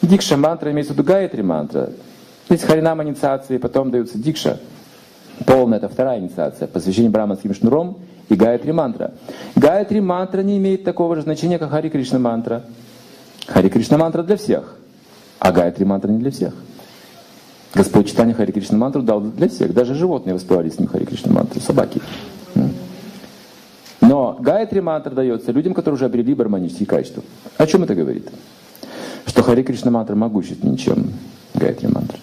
Дикша мантра имеется в виду Гаятри мантра. Есть харинама инициации, потом дается дикша. Полная, это вторая инициация, посвящение браманским шнуром и Гаятри мантра. Гаятри мантра не имеет такого же значения, как Хари Кришна мантра. Хари Кришна мантра для всех, а Гаятри мантра не для всех. Господь Чайтанья Хари Кришна мантру дал для всех. Даже животные воспевали с ним Хари Кришна мантру, собаки. Но Гаятри мантра дается людям, которые уже обрели барманические качества. О чем это говорит? Что Хари Кришна мантра могущественнее, чем Гаятри мантра.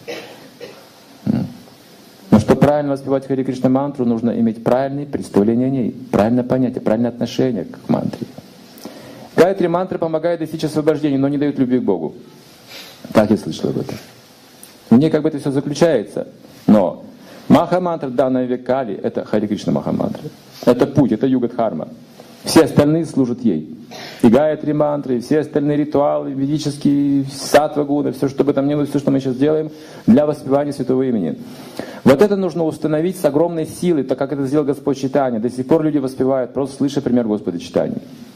Но чтобы правильно воспевать Хари Кришна мантру, нужно иметь правильные представления о ней, правильное понятие, правильное отношение к мантре. Гаятри мантра помогает достичь освобождения, но не дает любви к Богу. Так я слышал об этом. В ней как бы это все заключается. Но Маха-мантра, данная в век Кали, это Хари Кришна Маха-мантра. Это путь, это юга-дхарма. Все остальные служат ей. И Гаятри мантры, и все остальные ритуалы, ведические, саттва-гуны, все, что бы там ни было, все, что мы сейчас делаем, для воспевания святого имени. Вот это нужно установить с огромной силой, так как это сделал Господь Чайтанья. До сих пор люди воспевают, просто слыша пример Господа Чайтаньи.